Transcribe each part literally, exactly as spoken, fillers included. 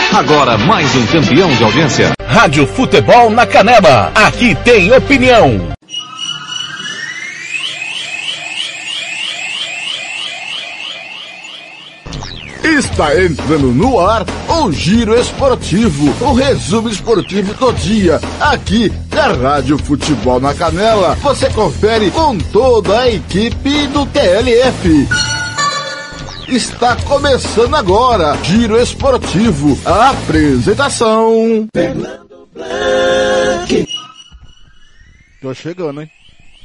Agora mais um campeão de audiência. Rádio Futebol na Canela. Aqui tem opinião. Está entrando no ar o Giro Esportivo, o resumo esportivo do dia, aqui da Rádio Futebol na Canela. Você confere com toda a equipe do T L F. Está começando agora, Giro Esportivo, a apresentação. Fernando Blanc. Tô chegando, hein?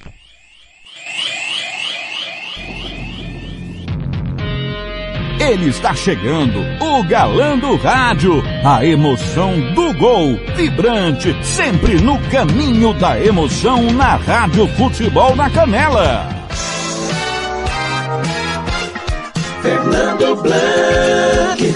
Ele está chegando, o galã do rádio, a emoção do gol, vibrante, sempre no caminho da emoção na Rádio Futebol na Canela. Fernando Blanc.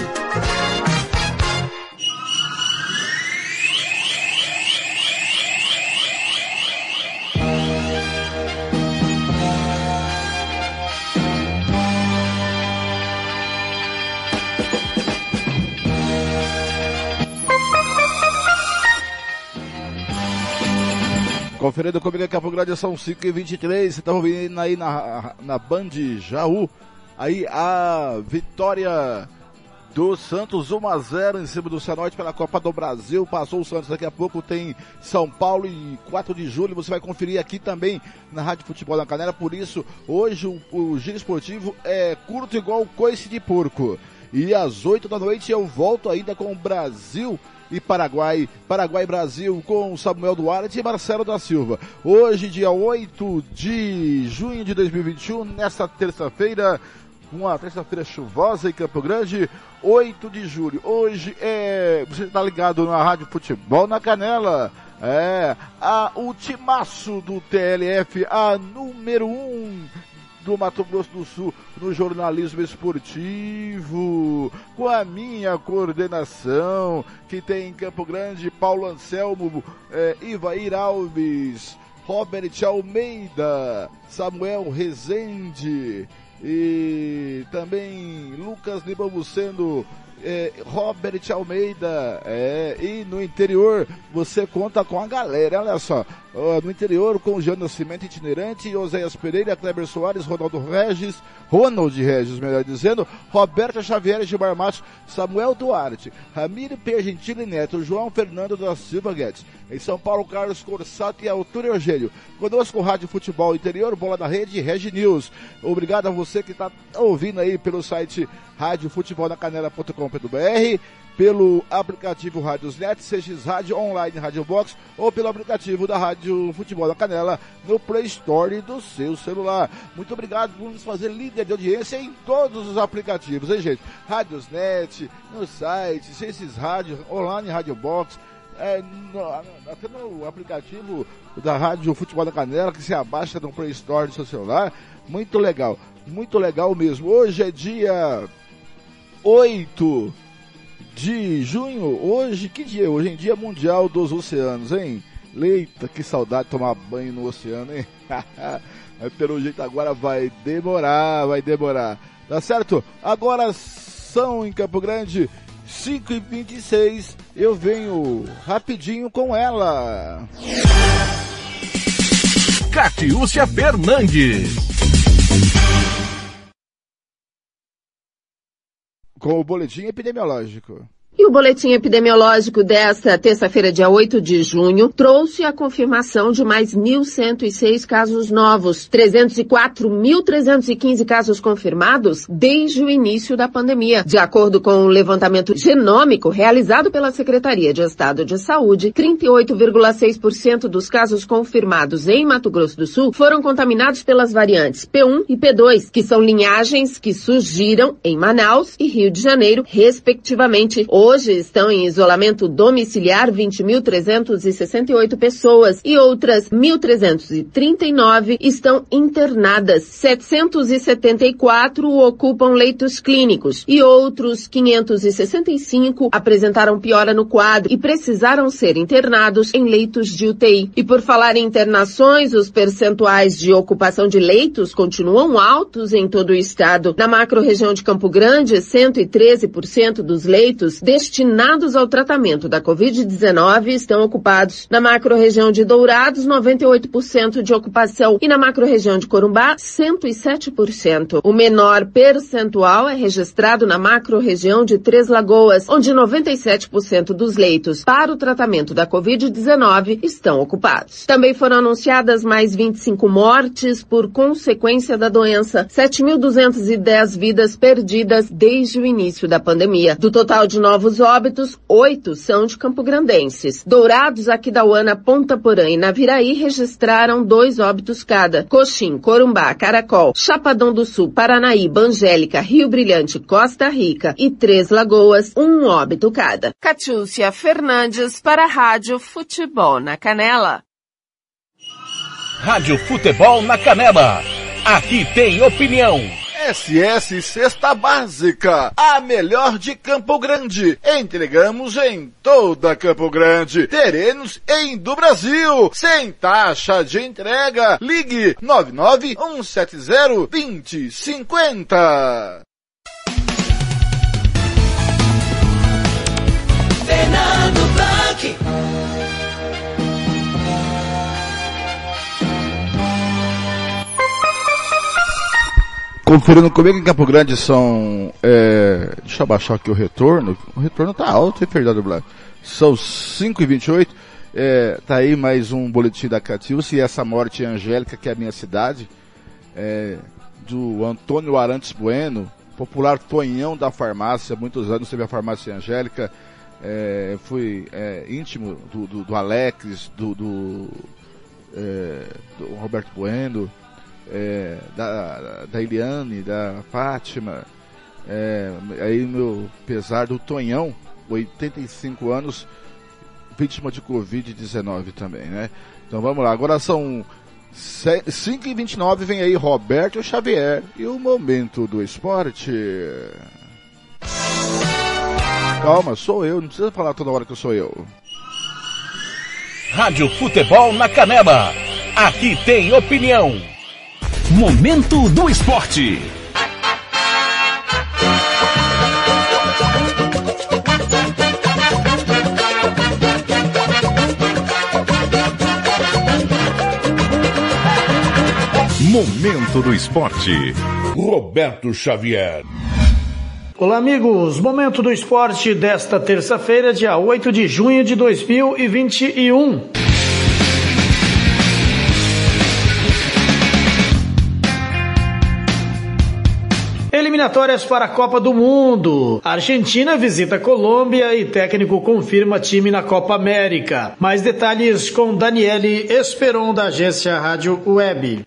Conferindo comigo em Campo Grande, são cinco e vinte e três, você está ouvindo aí na, na Band Jaú, aí a vitória do Santos um a zero em cima do Cianorte pela Copa do Brasil, passou o Santos, daqui a pouco tem São Paulo e quatro de julho, você vai conferir aqui também na Rádio Futebol na Canela, por isso hoje o, o Giro Esportivo é curto igual coice de porco, e às oito da noite eu volto ainda com o Brasil e Paraguai, Paraguai e Brasil com Samuel Duarte e Marcelo da Silva. Hoje, dia oito de junho de dois mil e vinte e um, nesta terça-feira, uma terça-feira chuvosa em Campo Grande, oito de julho. Hoje é, você está ligado na Rádio Futebol na Canela, é, a ultimaço do T L F, a número um do Mato Grosso do Sul no jornalismo esportivo, com a minha coordenação, que tem em Campo Grande Paulo Anselmo, eh, Ivair Alves, Robert Almeida, Samuel Rezende e também Lucas Nepomuceno, É, Robert Almeida, é, e no interior você conta com a galera, olha só, uh, no interior com o Jean Nascimento itinerante, Oséias Pereira, Kleber Soares, Ronaldo Regis, Ronald Regis, melhor dizendo, Roberto Xavier, Gilmar Matos, Samuel Duarte, Ramiro Pergentili Neto, João Fernando da Silva Guedes, em São Paulo, Carlos Corsato e Arthur Eugênio, conosco Rádio Futebol Interior, Bola da Rede, Regi News. Obrigado a você que está ouvindo aí pelo site rádio futebol na canela ponto com ponto b r, pelo aplicativo Rádiosnet, C X Rádio Online Rádio Box ou pelo aplicativo da Rádio Futebol da Canela no Play Store do seu celular. Muito obrigado por nos fazer líder de audiência em todos os aplicativos, hein, gente? Rádiosnet, no site, C X Rádio Online Rádio Box, é, no, até no aplicativo da Rádio Futebol da Canela, que se abaixa no Play Store do seu celular. Muito legal, muito legal mesmo. Hoje é dia oito de junho, hoje, que dia? Hoje é dia mundial dos oceanos, hein? Eita, que saudade de tomar banho no oceano, hein? Mas pelo jeito agora vai demorar, vai demorar. Tá certo? Agora são em Campo Grande cinco e vinte e seis, eu venho rapidinho com ela. Catiúcia Fernandes. Com o boletim epidemiológico. E o boletim epidemiológico desta terça-feira, dia oito de junho, trouxe a confirmação de mais mil cento e seis casos novos, trezentos e quatro mil trezentos e quinze casos confirmados desde o início da pandemia. De acordo com o levantamento genômico realizado pela Secretaria de Estado de Saúde, trinta e oito vírgula seis por cento dos casos confirmados em Mato Grosso do Sul foram contaminados pelas variantes P um e P dois, que são linhagens que surgiram em Manaus e Rio de Janeiro, respectivamente. Hoje estão em isolamento domiciliar vinte mil trezentos e sessenta e oito pessoas e outras mil trezentos e trinta e nove estão internadas. setecentos e setenta e quatro ocupam leitos clínicos e outros quinhentos e sessenta e cinco apresentaram piora no quadro e precisaram ser internados em leitos de U T I. E por falar em internações, os percentuais de ocupação de leitos continuam altos em todo o estado. Na macro-região de Campo Grande, cento e treze por cento dos leitos destinados ao tratamento da covid dezenove estão ocupados. Na macro-região de Dourados, noventa e oito por cento de ocupação, e na macro-região de Corumbá, cento e sete por cento. O menor percentual é registrado na macro-região de Três Lagoas, onde noventa e sete por cento dos leitos para o tratamento da covid dezenove estão ocupados. Também foram anunciadas mais vinte e cinco mortes por consequência da doença, sete mil duzentas e dez vidas perdidas desde o início da pandemia. Do total de novos óbitos, oito são de campograndenses. Dourados, Aquidauana, Ponta Porã e Naviraí registraram dois óbitos cada. Coxim, Corumbá, Caracol, Chapadão do Sul, Paranaíba, Angélica, Rio Brilhante, Costa Rica e Três Lagoas, um óbito cada. Catiúcia Fernandes para a Rádio Futebol na Canela. Rádio Futebol na Canela. Aqui tem opinião. S S Cesta Básica, a melhor de Campo Grande. Entregamos em toda Campo Grande. Terrenos em do Brasil, sem taxa de entrega. Ligue nove nove um sete zero dois zero cinco zero. Fernando Blanc. Conferindo comigo em Campo Grande são, é, deixa eu baixar aqui o retorno, o retorno tá alto, hein, Fernando Blanc? São cinco e vinte e oito, é, tá aí mais um boletim da Catiúcia e essa morte angélica que é a minha cidade, é, do Antônio Arantes Bueno, popular Tonhão da farmácia, muitos anos teve a farmácia Angélica, é, fui é, íntimo do, do, do Alex, do, do, é, do Roberto Bueno, É, da, da Eliane, da Fátima, é, aí meu pesar do Tonhão, oitenta e cinco anos, vítima de covid dezenove também, né? Então vamos lá, agora são cinco e vinte e nove, vem aí Roberto Xavier e o Momento do Esporte. Calma, sou eu, não precisa falar toda hora que eu sou eu. Rádio Futebol na Canela. Aqui tem opinião. Momento do Esporte. Momento do Esporte. Roberto Xavier. Olá, amigos. Momento do Esporte desta terça-feira, dia oito de junho de dois mil e vinte e um. Eliminatórias para a Copa do Mundo. A Argentina visita a Colômbia e técnico confirma time na Copa América. Mais detalhes com Daniele Esperon, da agência Rádio Web.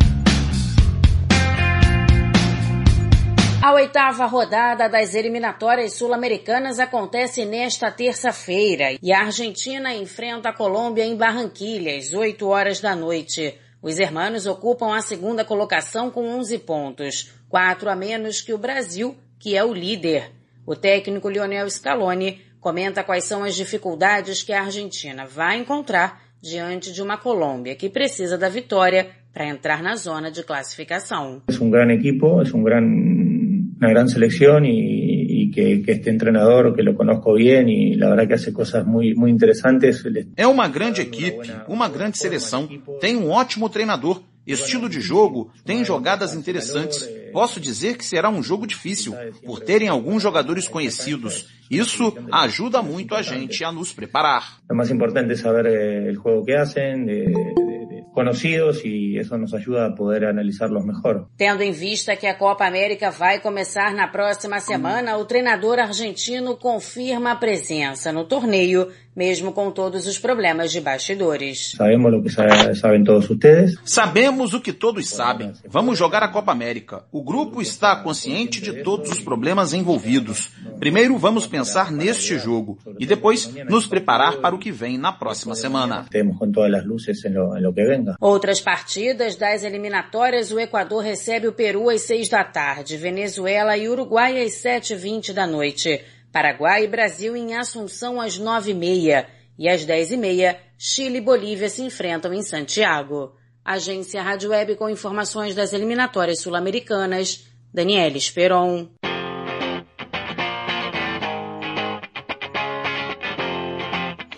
A oitava rodada das eliminatórias sul-americanas acontece nesta terça-feira e a Argentina enfrenta a Colômbia em Barranquilha às oito horas da noite. Os hermanos ocupam a segunda colocação com onze pontos, quatro a menos que o Brasil, que é o líder. O técnico Lionel Scaloni comenta quais são as dificuldades que a Argentina vai encontrar diante de uma Colômbia que precisa da vitória para entrar na zona de classificação. É um grande equipo, é um gran, uma grande seleção e y que, que este entrenador, que lo conozco bien y la verdad que hace cosas muy, muy interesantes. É uma grande equipe, uma grande seleção, tem um ótimo treinador, estilo de jogo, tem jogadas interessantes. Posso dizer que será um jogo difícil, por terem alguns jogadores conhecidos. Isso ajuda muito a gente a nos preparar. O mais importante é saber o jogo que fazem, de, de, conhecidos, e isso nos ajuda a poder analisá-los melhor. Tendo em vista que a Copa América vai começar na próxima semana, o treinador argentino confirma a presença no torneio, mesmo com todos os problemas de bastidores. Sabemos o que sabem todos vocês. Sabemos o que todos sabem. Vamos jogar a Copa América. O grupo está consciente de todos os problemas envolvidos. Primeiro vamos pensar neste jogo e depois nos preparar para o que vem na próxima semana. Temos com todas as luzes em lo, em lo que venga. Outras partidas das eliminatórias, o Equador recebe o Peru às seis da tarde, Venezuela e Uruguai às sete e vinte da noite, Paraguai e Brasil em Assunção às nove e meia e às dez e meia, Chile e Bolívia se enfrentam em Santiago. Agência Rádio Web com informações das eliminatórias sul-americanas, Daniele Esperon.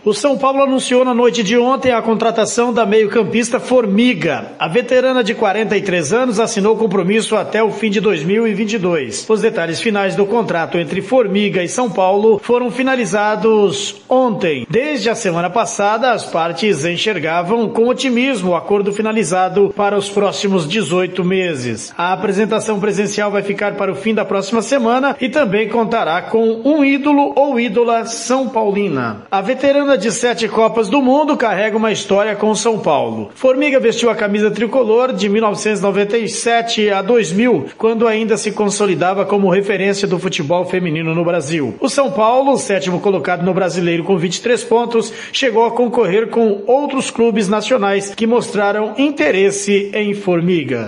O São Paulo anunciou na noite de ontem a contratação da meio-campista Formiga. A veterana de quarenta e três anos assinou compromisso até o fim de dois mil e vinte e dois. Os detalhes finais do contrato entre Formiga e São Paulo foram finalizados ontem. Desde a semana passada, as partes enxergavam com otimismo o acordo finalizado para os próximos dezoito meses. A apresentação presencial vai ficar para o fim da próxima semana e também contará com um ídolo ou ídola São Paulina. A veterana de sete Copas do Mundo carrega uma história com São Paulo. Formiga vestiu a camisa tricolor de mil novecentos e noventa e sete a dois mil, quando ainda se consolidava como referência do futebol feminino no Brasil. O São Paulo, sétimo colocado no Brasileiro com vinte e três pontos, chegou a concorrer com outros clubes nacionais que mostraram interesse em Formiga.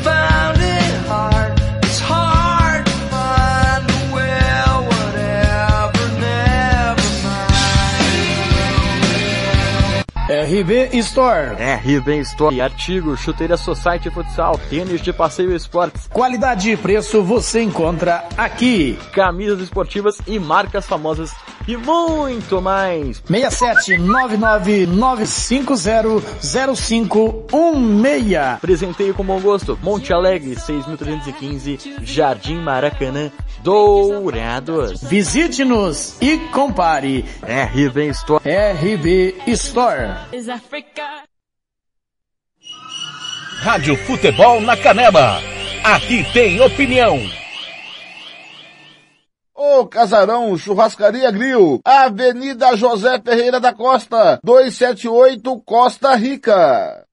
R B Store. R B Store. Artigos, chuteira Society Futsal, tênis de passeio e esportes. Qualidade e preço você encontra aqui. Camisas esportivas e marcas famosas e muito mais. seis sete nove nove nove cinco zero zero cinco um seis. Presenteio com bom gosto. Monte Alegre, seis mil trezentos e quinze, Jardim Maracanã, Dourados. Visite-nos e compare. R B Store. R B Store. Rádio Futebol na Canela. Aqui tem opinião. Ô Casarão Churrascaria Grill, Avenida José Ferreira da Costa, duzentos e setenta e oito, Costa Rica.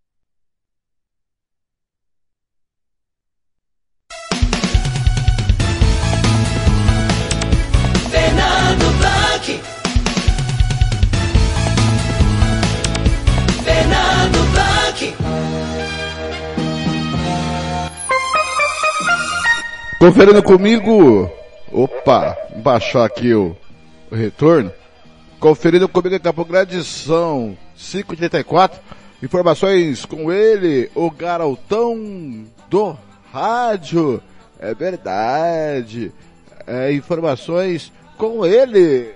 Fernando Blanc. Fernando Blanc. Conferindo comigo. Opa, baixar aqui o, o retorno. Conferindo comigo em Campo Grande, são cinco e trinta e quatro. Informações com ele, o garotão do rádio. É verdade. É, informações com ele.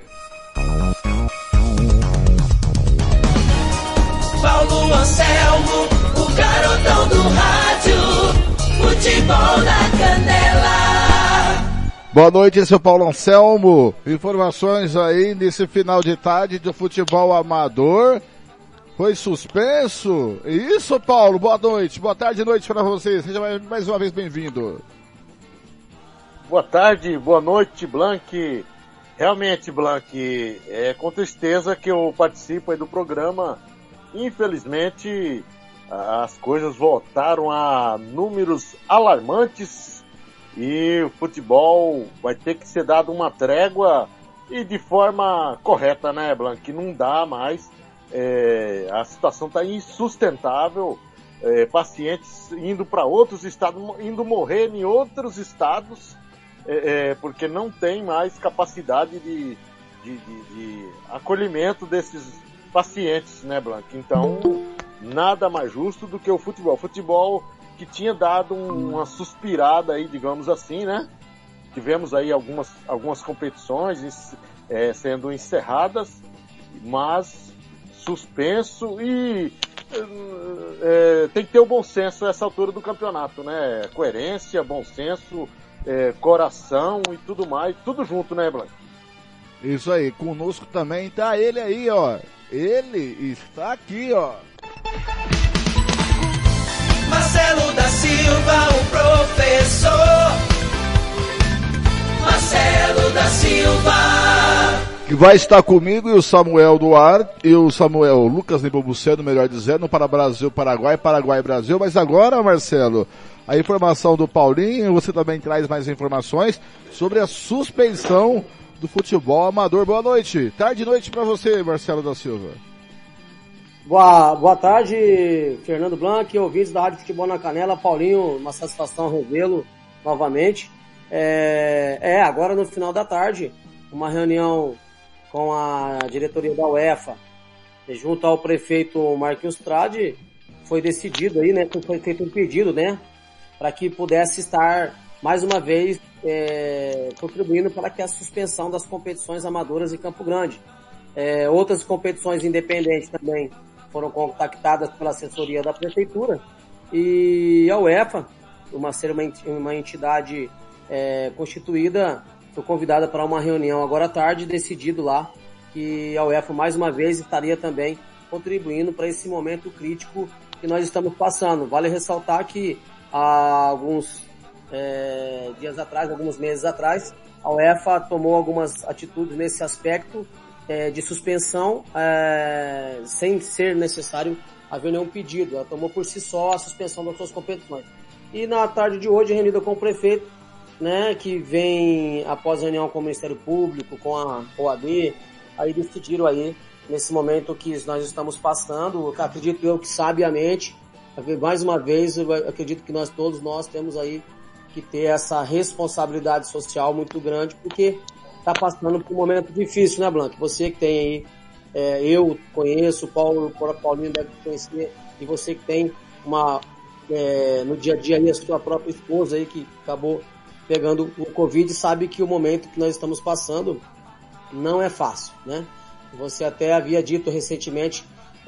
Paulo Anselmo, o garotão do rádio. Futebol na Canela. Boa noite, seu Paulo Anselmo. Informações aí nesse final de tarde do futebol amador. Foi suspenso? Isso, Paulo. Boa noite. Boa tarde e noite para você. Seja mais uma vez bem-vindo. Boa tarde, boa noite, Blanc. Realmente, Blanc, é com tristeza que eu participo aí do programa. Infelizmente, as coisas voltaram a números alarmantes. E o futebol vai ter que ser dado uma trégua e de forma correta, né, Blanc? Não dá mais. É, a situação está insustentável. É, pacientes indo para outros estados, indo morrer em outros estados, é, é, porque não tem mais capacidade de, de, de, de acolhimento desses pacientes, né, Blanc? Então, nada mais justo do que o futebol. Futebol que tinha dado um, uma suspirada aí, digamos assim, né? Tivemos aí algumas, algumas competições é, sendo encerradas, mas suspenso e é, tem que ter o bom senso a essa altura do campeonato, né? Coerência, bom senso, é, coração e tudo mais, tudo junto, né, Blanc? Isso aí, conosco também tá ele aí, ó. Ele está aqui, ó. Marcelo da Silva, o professor. Marcelo da Silva. Que vai estar comigo e o Samuel Duarte e o Samuel Lucas Nepomuceno, melhor dizendo, para Brasil, Paraguai, Paraguai, Brasil. Mas agora, Marcelo, a informação do Paulinho, você também traz mais informações sobre a suspensão do futebol amador. Boa noite, tarde e noite para você, Marcelo da Silva. Boa, boa tarde, Fernando Blanc, ouvintes da Rádio Futebol na Canela. Paulinho, uma satisfação revê-lo novamente. É, é, agora no final da tarde, uma reunião com a diretoria da UEFA, junto ao prefeito Marquinhos Trade, foi decidido aí, né, foi feito um pedido, né, para que pudesse estar mais uma vez é, contribuindo para que a suspensão das competições amadoras em Campo Grande. É, outras competições independentes também foram contactadas pela assessoria da prefeitura, e a UEFA, uma ser uma, uma entidade é, constituída, foi convidada para uma reunião agora à tarde, decidido lá que a UEFA mais uma vez estaria também contribuindo para esse momento crítico que nós estamos passando. Vale ressaltar que há alguns é, dias atrás, alguns meses atrás, a UEFA tomou algumas atitudes nesse aspecto é, de suspensão, é, sem ser necessário haver nenhum pedido. Ela tomou por si só a suspensão das suas competições. E na tarde de hoje, reunida com o prefeito, né, que vem após a reunião com o Ministério Público, com a O A B, aí decidiram aí, nesse momento que nós estamos passando, acredito eu que sabiamente, mais uma vez, eu acredito que nós todos nós temos aí que ter essa responsabilidade social muito grande, porque está passando por um momento difícil, né, Blanco? Você que tem aí, é, eu conheço, o Paulo, o Paulinho deve conhecer, e você que tem uma, é, no dia a dia aí, a sua própria esposa aí, que acabou pegando o Covid, sabe que o momento que nós estamos passando não é fácil, né? Você até havia dito recentemente,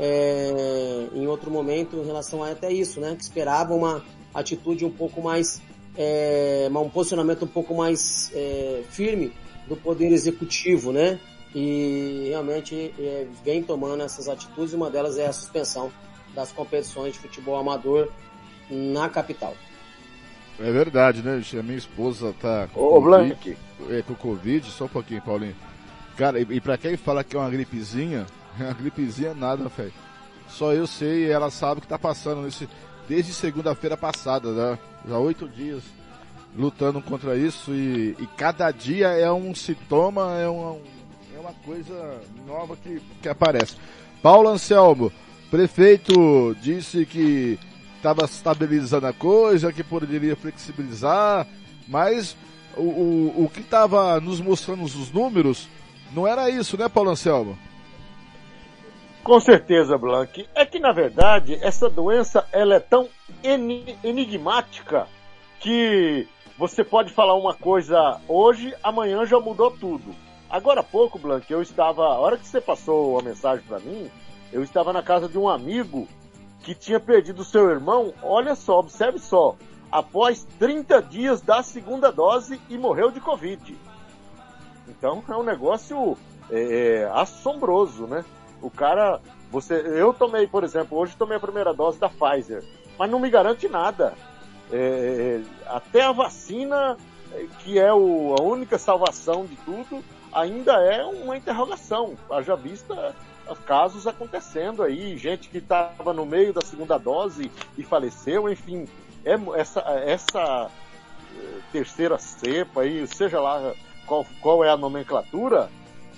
é, em outro momento, em relação a até isso, né? Que esperava uma atitude um pouco mais, é, um posicionamento um pouco mais é, firme do Poder Executivo, né? E realmente é, vem tomando essas atitudes, e uma delas é a suspensão das competições de futebol amador na capital. É verdade, né? A minha esposa tá com Ô, Covid, é, com Covid, só um pouquinho, Paulinho. Cara, e, e pra quem fala que é uma gripezinha, uma gripezinha é nada, velho. Só eu sei, e ela sabe que tá passando nesse, desde segunda-feira passada, né? Já oito dias lutando contra isso, e, e cada dia é um sintoma, é uma, é uma coisa nova que, que aparece. Paulo Anselmo, prefeito disse que estava estabilizando a coisa, que poderia flexibilizar, mas o, o, o que estava nos mostrando os números não era isso, né, Paulo Anselmo? Com certeza, Blanc. É que, na verdade, essa doença ela é tão enigmática que você pode falar uma coisa hoje, amanhã já mudou tudo. Agora há pouco, Blanc, eu estava, a hora que você passou a mensagem para mim, eu estava na casa de um amigo que tinha perdido seu irmão, olha só, observe só, após trinta dias da segunda dose e morreu de Covid. Então é um negócio é, assombroso, né? O cara, você, eu tomei, por exemplo, hoje tomei a primeira dose da Pfizer, mas não me garante nada. É, até a vacina, que é o, a única salvação de tudo, ainda é uma interrogação. Haja vista casos acontecendo aí, gente que estava no meio da segunda dose e faleceu, enfim, é, essa, essa terceira cepa aí, seja lá qual, qual é a nomenclatura,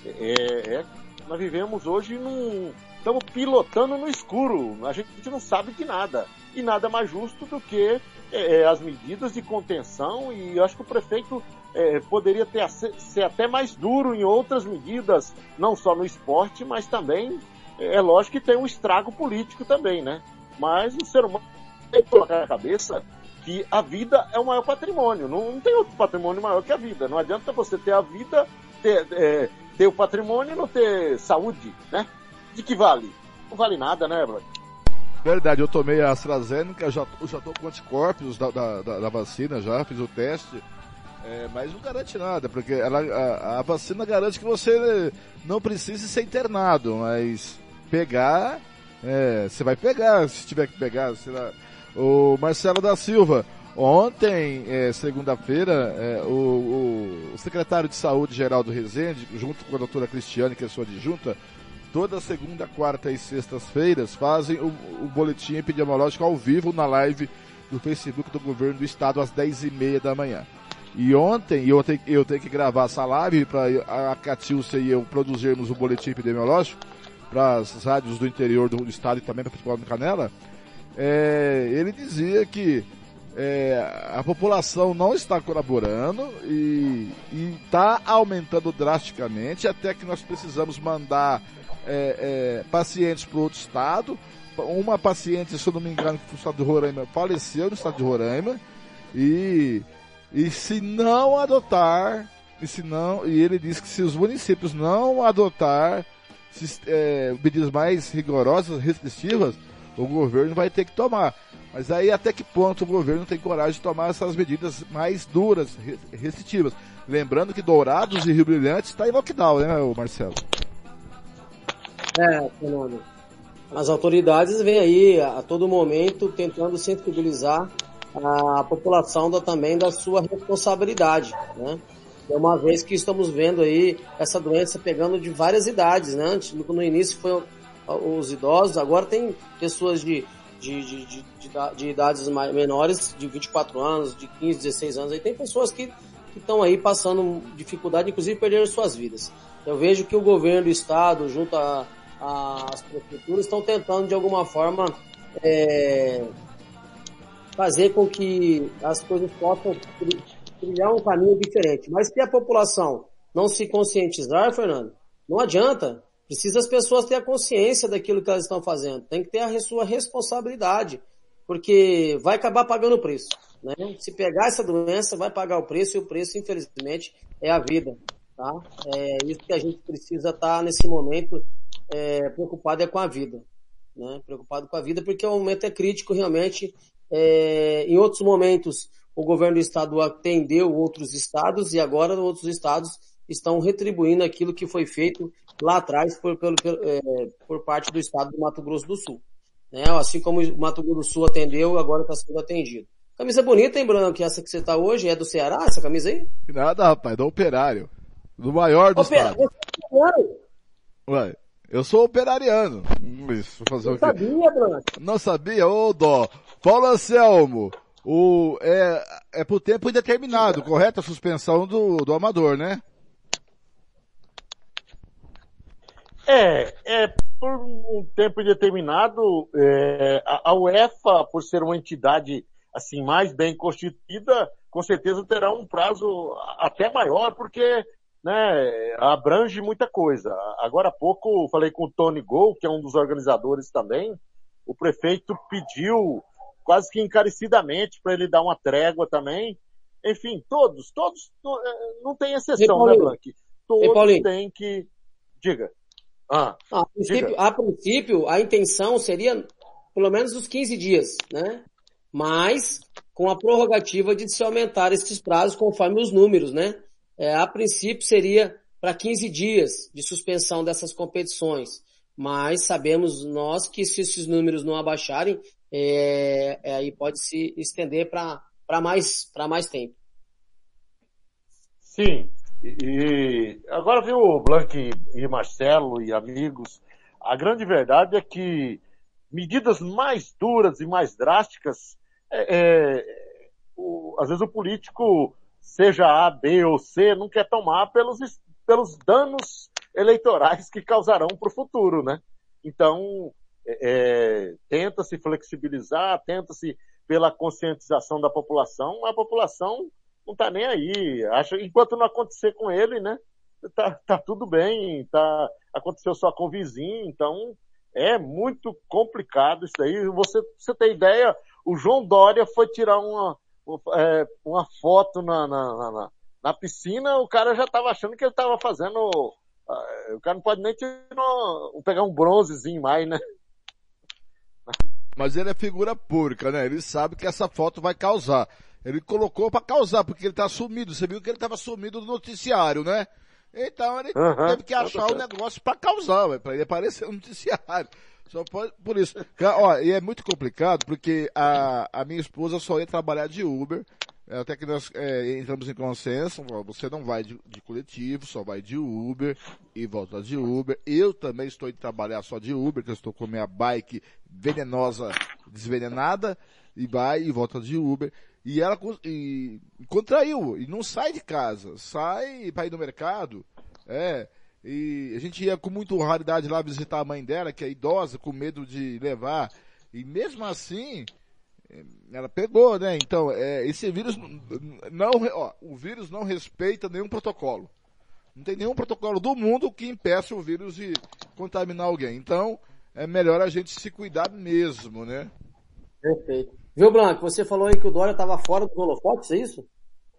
é, é, nós vivemos hoje num... estamos pilotando no escuro, a gente não sabe de nada, e nada mais justo do que é, as medidas de contenção, e eu acho que o prefeito é, poderia ter, ser até mais duro em outras medidas, não só no esporte, mas também, é lógico que tem um estrago político também, né? Mas o ser humano tem que colocar na cabeça que a vida é o maior patrimônio, não, não tem outro patrimônio maior que a vida, não adianta você ter a vida, ter, é, ter o patrimônio e não ter saúde, né? De que vale? Não vale nada, né, Bruno? Verdade, eu tomei a AstraZeneca, já, já tô com anticorpos da, da, da, da vacina, já fiz o teste, é, mas não garante nada, porque ela, a, a vacina garante que você não precise ser internado, mas pegar, é, você vai pegar, se tiver que pegar, sei lá. O Marcelo da Silva, ontem, é, segunda-feira, é, o, o secretário de Saúde, Geraldo Rezende, junto com a doutora Cristiane, que é sua adjunta, toda segunda, quarta e sextas-feiras fazem o, o boletim epidemiológico ao vivo na live do Facebook do governo do estado às dez e meia da manhã. E ontem, eu tenho, eu tenho que gravar essa live para a Catilce e eu produzirmos o boletim epidemiológico para as rádios do interior do estado e também para o Futebol na Canela. É, ele dizia que é, a população não está colaborando e está aumentando drasticamente, até que nós precisamos mandar É, é, pacientes para outro estado. Uma paciente, se eu não me engano, no estado de Roraima, faleceu no estado de Roraima, e, e se não adotar, e se não, e ele disse que se os municípios não adotar é, medidas mais rigorosas, restritivas, o governo vai ter que tomar. Mas aí até que ponto o governo tem coragem de tomar essas medidas mais duras, restritivas? Lembrando que Dourados e Rio Brilhante está em lockdown, né, Marcelo? É, Fernando. As autoridades vêm aí a todo momento tentando sensibilizar a população da, também da sua responsabilidade, né? É uma vez que estamos vendo aí essa doença pegando de várias idades, né? Antes, no início foi os idosos, agora tem pessoas de, de, de, de, de, de idades mais, menores, de vinte e quatro anos, de quinze, dezesseis anos, aí tem pessoas que estão aí passando dificuldade, inclusive perderam suas vidas. Eu vejo que o governo do estado, junto a as prefeituras, estão tentando de alguma forma é, fazer com que as coisas possam trilhar um caminho diferente. Mas se a população não se conscientizar, Fernando, não adianta. Precisa as pessoas ter a consciência daquilo que elas estão fazendo. Tem que ter a sua responsabilidade, porque vai acabar pagando o preço, né? Se pegar essa doença, vai pagar o preço, e o preço, infelizmente, é a vida, tá? É isso que a gente precisa estar nesse momento É, preocupado é com a vida, né? Preocupado com a vida, porque o momento é crítico realmente. É, em outros momentos, o governo do estado atendeu outros estados e agora outros estados estão retribuindo aquilo que foi feito lá atrás por, por, é, por parte do estado do Mato Grosso do Sul, né? Assim como o Mato Grosso do Sul atendeu, agora está sendo atendido. Camisa bonita, hein, Bruno? Que essa que você está hoje é do Ceará, essa camisa aí? Nada, rapaz, do Operário, do maior do Opera... estado. Ué. Eu sou operariano. Isso, fazer não o quê? sabia, Bruno. Não sabia? Ô, dó. Paulo Anselmo, o, é, é por tempo indeterminado, correto? A suspensão do, do amador, né? É, é por um tempo indeterminado. É, a, a UEFA, por ser uma entidade assim mais bem constituída, com certeza terá um prazo até maior, porque... né, abrange muita coisa. Agora há pouco eu falei com o Tony Gol, que é um dos organizadores também. O prefeito pediu quase que encarecidamente para ele dar uma trégua também. Enfim, todos, todos, não tem exceção, né, Blank? Todos têm que... Diga. Ah, a, princípio, diga. a princípio, a intenção seria pelo menos os quinze dias, né? Mas com a prorrogativa de se aumentar esses prazos conforme os números, né? É, a princípio seria para quinze dias de suspensão dessas competições, mas sabemos nós que se esses números não abaixarem, é, é, aí pode se estender para mais, para mais tempo. Sim, e, e agora viu, Blank e Marcelo e amigos, a grande verdade é que medidas mais duras e mais drásticas, é, é, o, às vezes o político... seja A, B ou C, não quer tomar pelos, pelos danos eleitorais que causarão para o futuro, né? Então, é, tenta-se flexibilizar, tenta-se pela conscientização da população, a população não está nem aí. Acha, enquanto não acontecer com ele, né? Tá, tá tudo bem, tá, aconteceu só com o vizinho, então é muito complicado isso aí. Você, você tem ideia, o João Dória foi tirar uma... É, uma foto na, na, na, na piscina, o cara já estava achando que ele estava fazendo... Uh, o cara não pode nem tirar, pegar um bronzezinho mais, né? Mas ele é figura pública, né? Ele sabe que essa foto vai causar. Ele colocou para causar, porque ele tá sumido. Você viu que ele estava sumido do noticiário, né? Então ele uhum, teve que achar o um negócio para causar, para ele aparecer no noticiário. Só pode, por isso. Ó, e é muito complicado, porque a, a minha esposa só ia trabalhar de Uber, até que nós é, entramos em consenso, ó, você não vai de, de coletivo, só vai de Uber, e volta de Uber. Eu também estou indo trabalhar só de Uber, que eu estou com minha bike venenosa, desvenenada, e vai e volta de Uber. E ela e, contraiu, e não sai de casa, sai para ir no mercado, é... E a gente ia com muita raridade lá visitar a mãe dela, que é idosa, com medo de levar. E mesmo assim, ela pegou, né? Então, é, esse vírus não, ó, o vírus não respeita nenhum protocolo. Não tem nenhum protocolo do mundo que impeça o vírus de contaminar alguém. Então, é melhor a gente se cuidar mesmo, né? Perfeito. Viu, Blanco? Você falou aí que o Dória estava fora dos holofotes, é isso?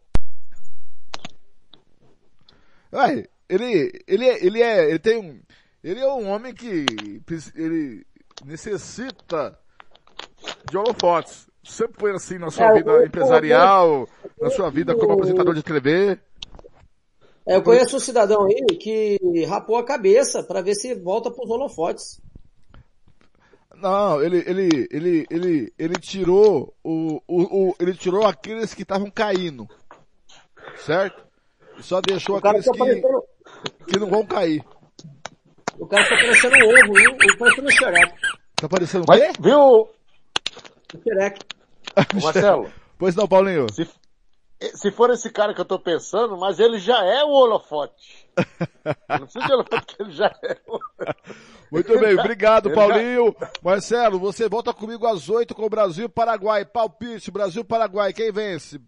Ué, ele, ele, é, ele é, ele tem um, Ele é um homem que ele necessita de holofotes. Sempre foi assim na sua é, vida eu, empresarial, eu, eu, na sua vida como apresentador de T V. É, eu conheço um cidadão aí que rapou a cabeça para ver se volta pros holofotes. Não, ele, ele, ele, ele, ele tirou o, o, o ele tirou aqueles que estavam caindo, certo? E só deixou aqueles tá que, parecendo... que não vão cair. O cara tá parecendo um ovo, viu? Ele tá parecendo um xereque. Tá parecendo o quê? Viu? Um xereque. Marcelo. Pois não, Paulinho. Se, se for esse cara que eu tô pensando, mas ele já é o holofote. Não precisa de holofote, porque ele já é o... Muito bem, obrigado, Paulinho. Marcelo, você volta comigo às oito com o Brasil e Paraguai. Palpite, Brasil e Paraguai, quem vence?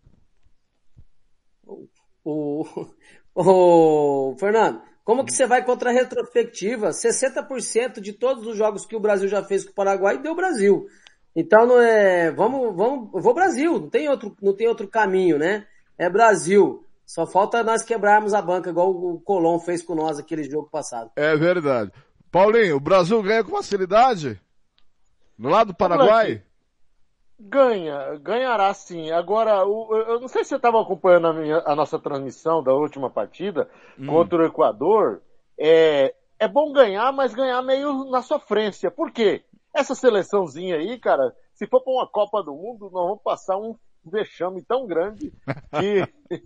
O, o, o Fernando, como que você vai contra a retrospectiva? sessenta por cento de todos os jogos que o Brasil já fez com o Paraguai deu Brasil. Então não é, vamos, vamos, eu vou Brasil, não tem outro, não tem outro caminho, né? É Brasil. Só falta nós quebrarmos a banca, igual o Colón fez com nós aquele jogo passado. É verdade. Paulinho, o Brasil ganha com facilidade? No lado do Paraguai? Ganha, ganhará sim. Agora, o, eu não sei se você estava acompanhando a, minha, a nossa transmissão da última partida hum. contra o Equador. É, é bom ganhar, mas ganhar meio na sofrência. Por quê? Essa seleçãozinha aí, cara, se for para uma Copa do Mundo, nós vamos passar um vexame tão grande que...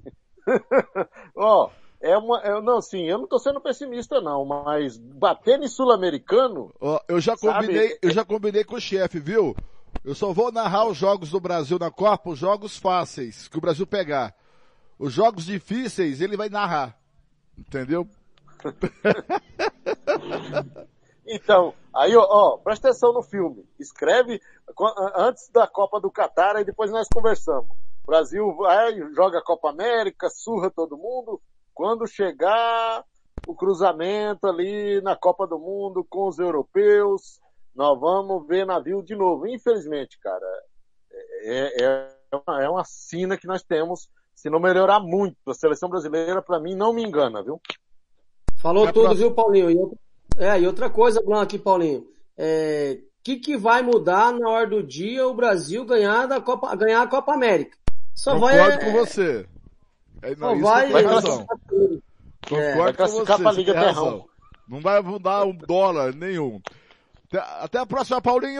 Ó... É uma, é, não, sim, eu não tô sendo pessimista não, mas bater em sul-americano... Oh, eu já combinei, sabe? eu já combinei com o chefe, viu? Eu só vou narrar os jogos do Brasil na Copa, os jogos fáceis, que o Brasil pegar. Os jogos difíceis, ele vai narrar. Entendeu? Então, aí, ó, ó, presta atenção no filme. Escreve antes da Copa do Catar, aí depois nós conversamos. O Brasil vai, joga a Copa América, surra todo mundo... Quando chegar o cruzamento ali na Copa do Mundo com os europeus, nós vamos ver navio de novo. Infelizmente, cara, é, é, uma, é uma sina que nós temos, se não melhorar muito. A seleção brasileira, para mim, não me engana, viu? Falou é tudo, pra... viu, Paulinho? E outra, é, e outra coisa, Blanco aqui, Paulinho. O é, que, que vai mudar na hora do dia o Brasil ganhar, da Copa, ganhar a Copa América? Só Concordo vai... com você. É, não, isso vai, vai razão. Concordo é, com você, pra Liga tem razão. Não vai mudar um dólar nenhum. Até, até a próxima, Paulinho!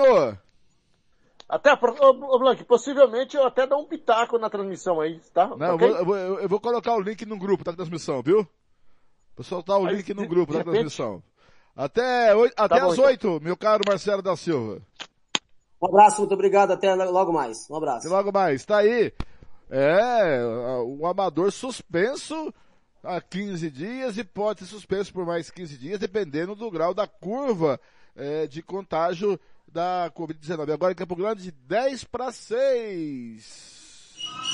Até a próxima, ô Blanc, possivelmente eu até dou um pitaco na transmissão aí, tá? Não, okay? eu, vou, eu, vou, eu vou colocar o link no grupo da transmissão, viu? Vou soltar o aí, link no de, grupo de da repente... transmissão. Até, até tá às oito, então. Meu caro Marcelo da Silva. Um abraço, muito obrigado, até logo mais. Um abraço. Até logo mais, tá aí. É, o amador suspenso há quinze dias e pode ser suspenso por mais quinze dias, dependendo do grau da curva é, de contágio da covid dezenove. Agora em Campo Grande, dez para seis.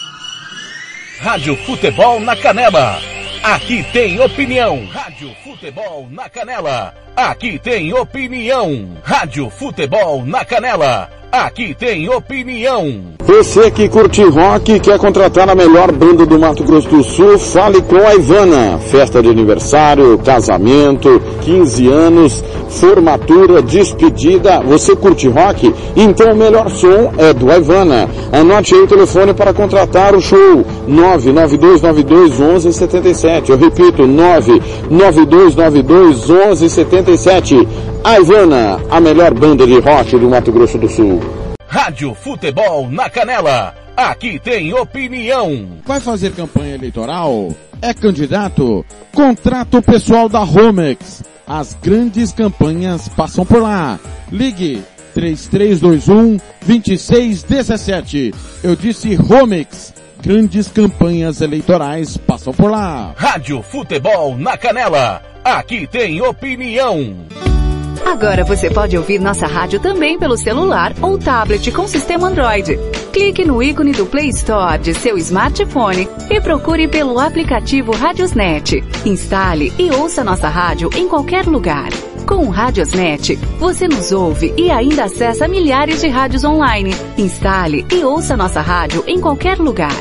Rádio Futebol na Canela. Aqui tem opinião. Rádio Futebol na Canela. Aqui tem opinião. Rádio Futebol na Canela. Aqui tem opinião. Você que curte rock e quer contratar a melhor banda do Mato Grosso do Sul, fale com a Ivana. Festa de aniversário, casamento, quinze anos, formatura, despedida. Você curte rock? Então o melhor som é do Ivana. Anote aí o telefone para contratar o show. nove nove dois nove dois um um sete sete. Eu repito, nove nove dois nove dois um um sete sete. A Ivana, a melhor banda de rock do Mato Grosso do Sul. Rádio Futebol na Canela. Aqui tem opinião. Vai fazer campanha eleitoral? É candidato? Contrato pessoal da Romex. As grandes campanhas passam por lá. Ligue três três dois um, dois seis um sete. Eu disse Romex. Grandes campanhas eleitorais passam por lá. Rádio Futebol na Canela. Aqui tem opinião. Agora você pode ouvir nossa rádio também pelo celular ou tablet com sistema Android. Clique no ícone do Play Store de seu smartphone e procure pelo aplicativo Radiosnet. Instale e ouça nossa rádio em qualquer lugar. Com o Radiosnet, você nos ouve e ainda acessa milhares de rádios online. Instale e ouça nossa rádio em qualquer lugar.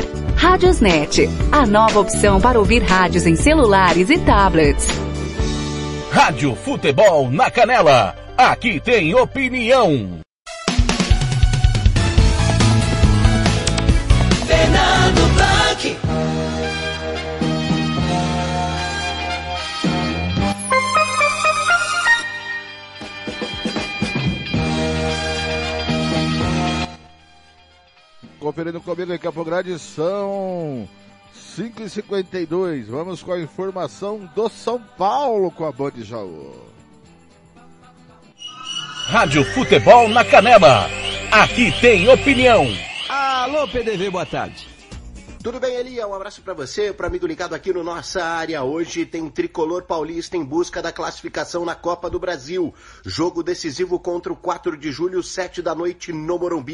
Radiosnet, a nova opção para ouvir rádios em celulares e tablets. Rádio Futebol na Canela. Aqui tem opinião. Fernando Blanc. Conferindo comigo em Campo Grande, são cinco e cinquenta e dois. Vamos com a informação do São Paulo com a Band Jaú. Rádio Futebol na Canela. Aqui tem opinião. Alô, P D V, boa tarde. Tudo bem, Elia? Um abraço para você, para amigo ligado aqui no Nossa Área. Hoje tem Tricolor Paulista em busca da classificação na Copa do Brasil. Jogo decisivo contra o quatro de julho, sete da noite no Morumbi.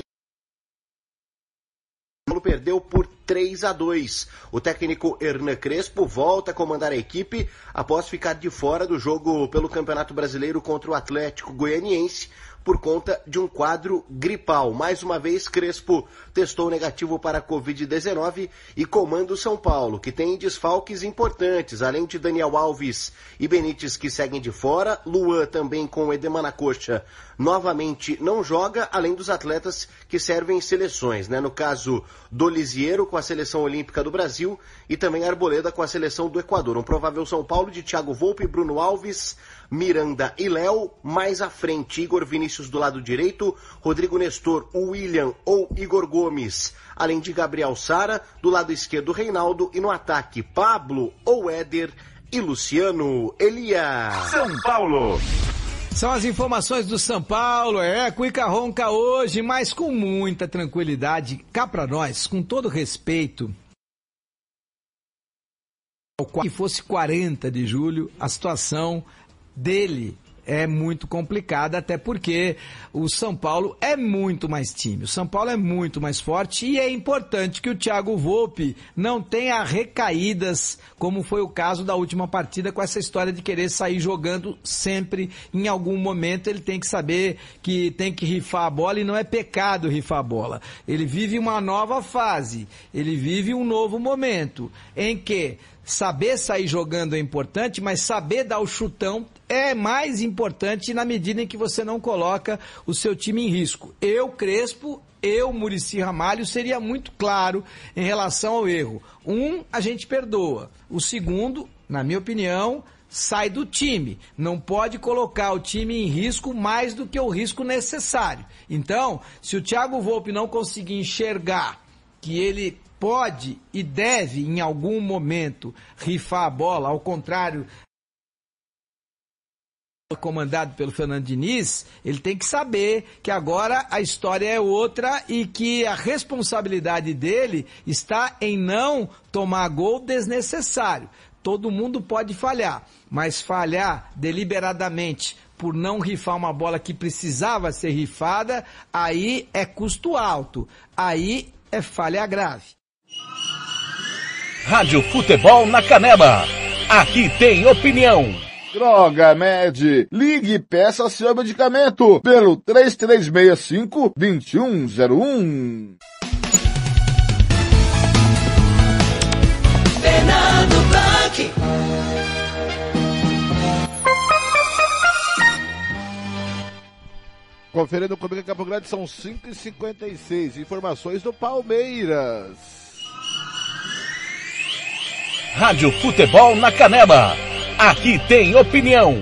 Paulo perdeu por três a dois. O técnico Hernan Crespo volta a comandar a equipe após ficar de fora do jogo pelo Campeonato Brasileiro contra o Atlético Goianiense por conta de um quadro gripal. Mais uma vez, Crespo testou negativo para a covid dezenove e comanda o São Paulo, que tem desfalques importantes, além de Daniel Alves e Benítez, que seguem de fora. Luan também com edema na coxa novamente não joga, além dos atletas que servem seleções, né? No caso do Lisiero com a Seleção Olímpica do Brasil e também Arboleda com a Seleção do Equador. Um provável São Paulo de Thiago Volpe, Bruno Alves, Miranda e Léo. Mais à frente, Igor Vinícius do lado direito, Rodrigo Nestor, William ou Igor Gomes, além de Gabriel Sara, do lado esquerdo Reinaldo e no ataque Pablo ou Éder e Luciano. Elia. São Paulo. São as informações do São Paulo, é, Cuica ronca hoje, mas com muita tranquilidade. Cá pra nós, com todo respeito, que fosse quarenta de julho, a situação dele é muito complicada, até porque o São Paulo é muito mais time, o São Paulo é muito mais forte e é importante que o Thiago Volpe não tenha recaídas, como foi o caso da última partida, com essa história de querer sair jogando sempre. Em algum momento ele tem que saber que tem que rifar a bola, e não é pecado rifar a bola. Ele vive uma nova fase, ele vive um novo momento em que saber sair jogando é importante, mas saber dar o chutão é mais importante na medida em que você não coloca o seu time em risco. Eu, Crespo, eu, Muricy Ramalho, seria muito claro em relação ao erro. Um, a gente perdoa. O segundo, na minha opinião, sai do time. Não pode colocar o time em risco mais do que o risco necessário. Então, se o Thiago Volpe não conseguir enxergar que ele pode e deve, em algum momento, rifar a bola, ao contrário, comandado pelo Fernando Diniz, ele tem que saber que agora a história é outra e que a responsabilidade dele está em não tomar gol desnecessário. Todo mundo pode falhar, mas falhar deliberadamente por não rifar uma bola que precisava ser rifada, aí é custo alto, aí é falha grave. Rádio Futebol na Canela. Aqui tem opinião. Droga Med, ligue e peça seu medicamento pelo três três seis cinco, dois um zero um. Fernando Blanc. Conferindo comigo em Campo Grande, são cinco e cinquenta e seis. Informações do Palmeiras. Rádio Futebol na Canela. Aqui tem opinião.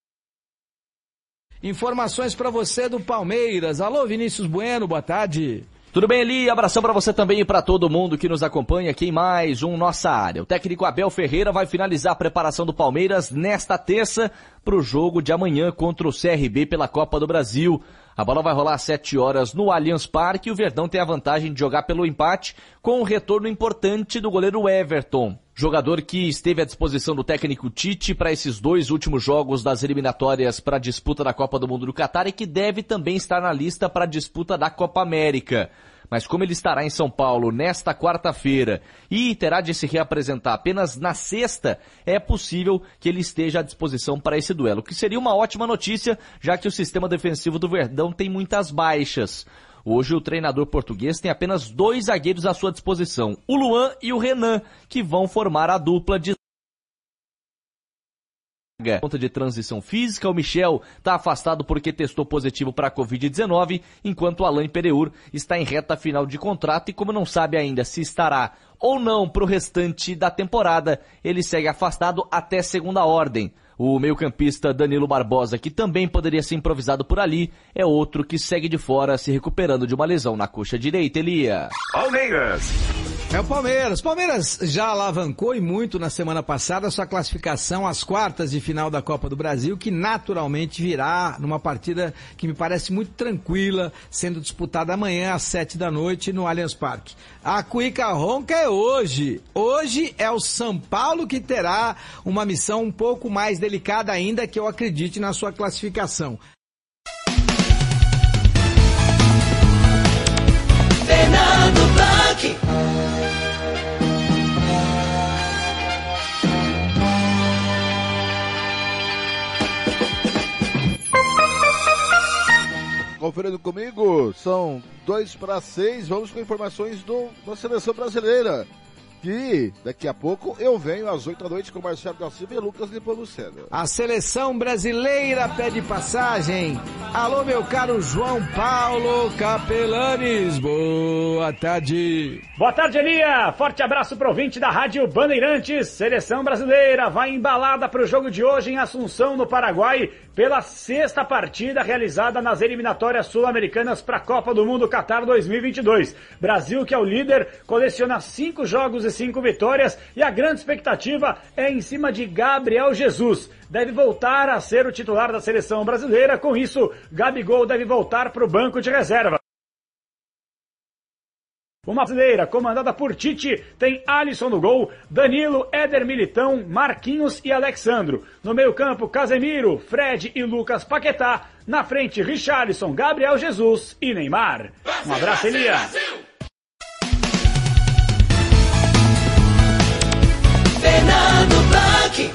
Informações para você do Palmeiras. Alô, Vinícius Bueno, boa tarde. Tudo bem, Eli? Abração para você também e para todo mundo que nos acompanha aqui em mais um Nossa Área. O técnico Abel Ferreira vai finalizar a preparação do Palmeiras nesta terça para o jogo de amanhã contra o C R B pela Copa do Brasil. A bola vai rolar às sete horas no Allianz Parque e o Verdão tem a vantagem de jogar pelo empate com um retorno importante do goleiro Everton. Jogador que esteve à disposição do técnico Tite para esses dois últimos jogos das eliminatórias para a disputa da Copa do Mundo do Catar e que deve também estar na lista para a disputa da Copa América. Mas como ele estará em São Paulo nesta quarta-feira e terá de se reapresentar apenas na sexta, é possível que ele esteja à disposição para esse duelo, o que seria uma ótima notícia, já que o sistema defensivo do Verdão tem muitas baixas. Hoje o treinador português tem apenas dois zagueiros à sua disposição, o Luan e o Renan, que vão formar a dupla de Conta de transição física, o Michel está afastado porque testou positivo para a covid dezenove, enquanto o Alain Pereur está em reta final de contrato e como não sabe ainda se estará ou não para o restante da temporada, ele segue afastado até segunda ordem. O meio-campista Danilo Barbosa, que também poderia ser improvisado por ali, é outro que segue de fora, se recuperando de uma lesão na coxa direita, Elia. Palmeiras. É o Palmeiras. Palmeiras já alavancou e muito na semana passada sua classificação às quartas de final da Copa do Brasil, que naturalmente virá numa partida que me parece muito tranquila, sendo disputada amanhã às sete da noite no Allianz Parque. A cuíca ronca é hoje. Hoje é o São Paulo que terá uma missão um pouco mais delicada ainda, que eu acredite na sua classificação. Fernando Blanc. Conferindo comigo, são dois para seis, vamos com informações do, da seleção brasileira. Que daqui a pouco eu venho às oito da noite com Marcelo da Silva e Lucas Nepomuceno. A seleção brasileira pede passagem. Alô, meu caro João Paulo Capelanes, boa tarde. Boa tarde, Elia. Forte abraço pro ouvinte da Rádio Bandeirantes. Seleção brasileira vai embalada para o jogo de hoje em Assunção, no Paraguai, pela sexta partida realizada nas eliminatórias sul-americanas para a Copa do Mundo Qatar dois mil e vinte e dois. Brasil, que é o líder, coleciona cinco jogos e cinco vitórias e a grande expectativa é em cima de Gabriel Jesus. Deve voltar a ser o titular da seleção brasileira, com isso, Gabigol deve voltar para o banco de reserva. Uma brasileira comandada por Tite tem Alisson no gol, Danilo, Éder Militão, Marquinhos e Alexandro. No meio campo, Casemiro, Fred e Lucas Paquetá. Na frente, Richarlison, Gabriel Jesus e Neymar. Um abraço, Elia. Fernando Blanc.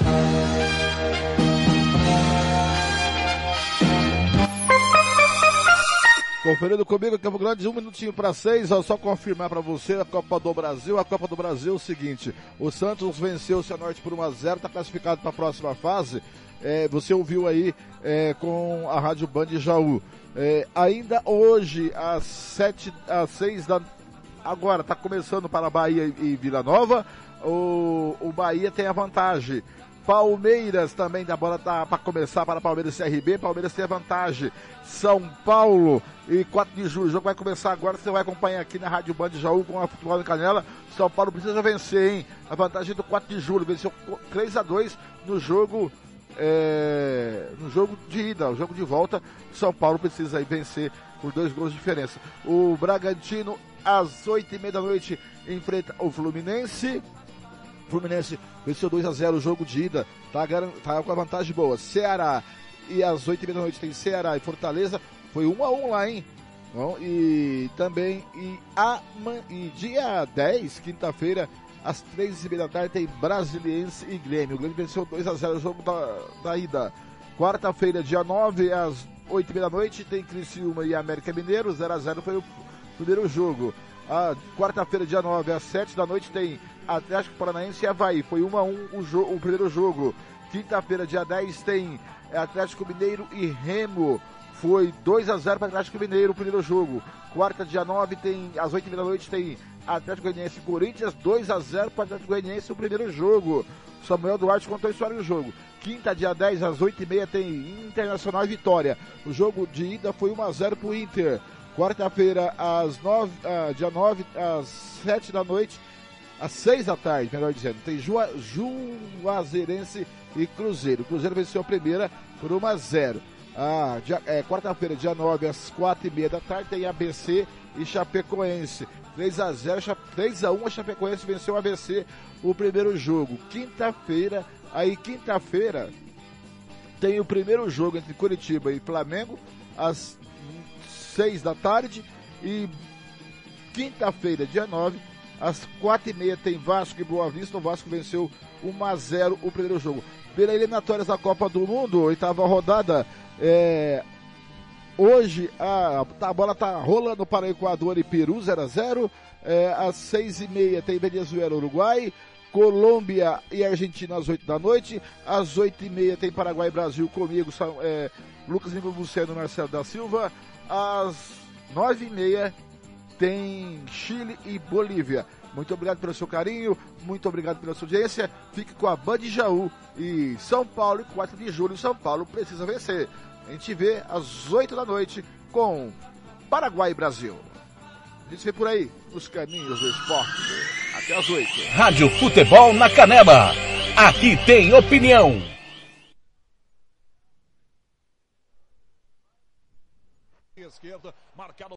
Conferindo comigo, Campo Grande, um minutinho para seis, ó, só confirmar para você a Copa do Brasil. A Copa do Brasil é o seguinte, o Santos venceu o Cianorte por um a zero, está classificado para a próxima fase. É, você ouviu aí é, com a Rádio Band Jaú. É, ainda hoje, às sete, às seis da... Agora, está começando para Bahia e Vila Nova. O, o Bahia tem a vantagem. Palmeiras também, a bola tá para começar para Palmeiras e C R B. Palmeiras tem a vantagem. São Paulo e quatro de julho. O jogo vai começar agora. Você vai acompanhar aqui na Rádio Band Jaú com a Futebol na Canela. São Paulo precisa vencer, hein? A vantagem do quatro de julho. Venceu três a dois no jogo, é, no jogo de ida. O jogo de volta, São Paulo precisa aí vencer por dois gols de diferença. O Bragantino, às oito e meia da noite, enfrenta o Fluminense. Fluminense venceu dois a zero o jogo de ida, tá, tá com a vantagem boa. Ceará, e às oito e meia da noite tem Ceará e Fortaleza, foi um a um lá, hein? Bom, e também, e, a, e dia dez, quinta-feira, às três e meia da tarde, tem Brasiliense e Grêmio. O Grêmio venceu dois a zero o jogo da, da ida. Quarta-feira, dia nove, às oito e meia da noite, tem Criciúma e América Mineiro, zero a zero foi o primeiro jogo. A quarta-feira, dia nove, às sete da noite, tem Atlético Paranaense e Avaí. Foi um a um o, jo- o primeiro jogo. Quinta-feira, dia dez, tem Atlético Mineiro e Remo. Foi dois a zero para Atlético Mineiro o primeiro jogo. Quarta, dia nove, tem, às oito e meia da noite, tem Atlético Goianiense e Corinthians. dois a zero para Atlético Goianiense o primeiro jogo. Samuel Duarte contou a história do jogo. Quinta, dia dez, às oito e meia, tem Internacional e Vitória. O jogo de ida foi um a zero para o Inter. Quarta-feira, às nove, ah, dia nove, às sete da noite, às seis da tarde, melhor dizendo, tem Jua, Juazeirense e Cruzeiro. O Cruzeiro venceu a primeira por um a zero. Ah, dia, é, quarta-feira, dia nove, às quatro e meia da tarde, tem A B C e Chapecoense. três a zero, três a um, a Chapecoense venceu o A B C o primeiro jogo. Quinta-feira, aí quinta-feira, tem o primeiro jogo entre Curitiba e Flamengo, às seis da tarde, e quinta-feira, dia nove, às quatro e meia, tem Vasco e Boa Vista. O Vasco venceu um a zero o primeiro jogo. Pela eliminatórias da Copa do Mundo, oitava rodada, é, hoje a, a bola tá rolando para Equador e Peru, zero a zero. É, às seis e meia tem Venezuela e Uruguai. Colômbia e Argentina às oito da noite. Às oito e meia tem Paraguai e Brasil comigo, é, Lucas Lima Buceno e Marcelo da Silva. Às nove e meia tem Chile e Bolívia. Muito obrigado pelo seu carinho, muito obrigado pela sua audiência. Fique com a Band Jaú e São Paulo, e quatro de julho, São Paulo precisa vencer. A gente vê às oito da noite com Paraguai e Brasil. A gente vê por aí, nos caminhos do esporte. Até às oito. Rádio Futebol na Canela. Aqui tem opinião. Esquerda, marcado